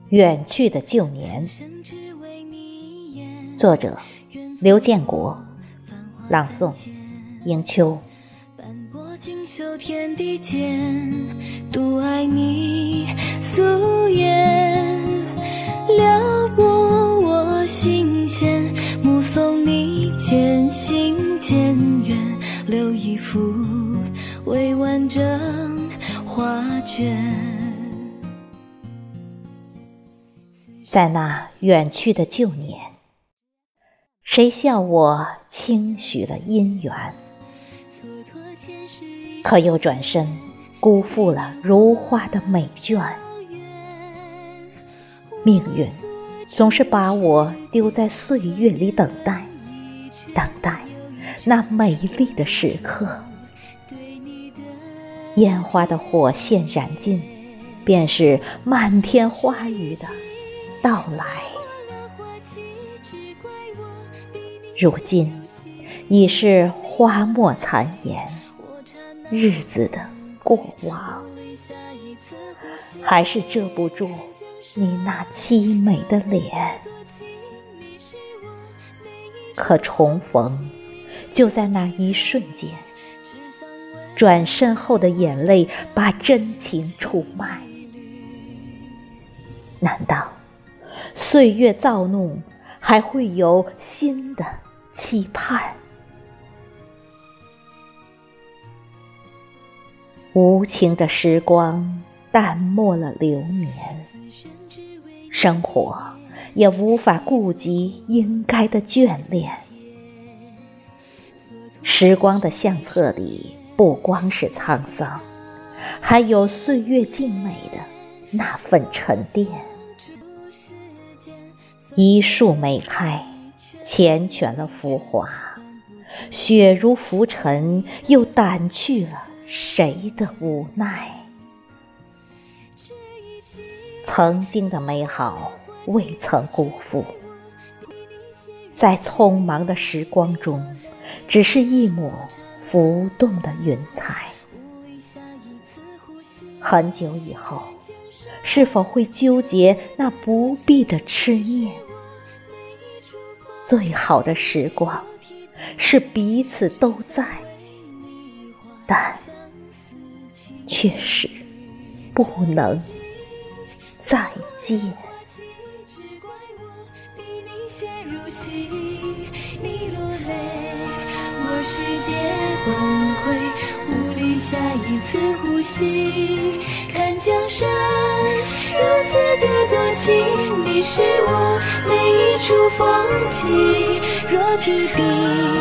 远去的旧年，作者刘建国，朗诵迎秋。 斑驳锦绣天地间，独爱你素颜，撩拨我心弦，目送你渐行渐远，留一幅未完整画卷。 在那远去的旧年，谁笑我轻许了姻缘，可又转身辜负了如画的美眷。命运总是把我丢在岁月里等待那美丽的时刻。烟花的火线燃尽，便是漫天花雨的到来。如今已是花末残颜，日子的过往，还是遮不住你那凄美的脸。可重逢就在那一瞬间，转身后的眼泪把真情出卖。难道岁月躁怒还会有新的期盼？无情的时光淡漠了流年，生活也无法顾及应该的眷恋。时光的相册里不光是沧桑，还有岁月静美的那份沉淀。一树梅开，缱绻了浮华，雪如浮尘，又掸去了谁的无奈。曾经的美好未曾辜负，在匆忙的时光中，只是一抹浮动的云彩。很久以后，是否会纠结那不必的痴念？最好的时光是彼此都在，但却是不能再见。 我世界崩溃，无力下一次呼吸。看江山如此的多情，你是我每一处风景。若提笔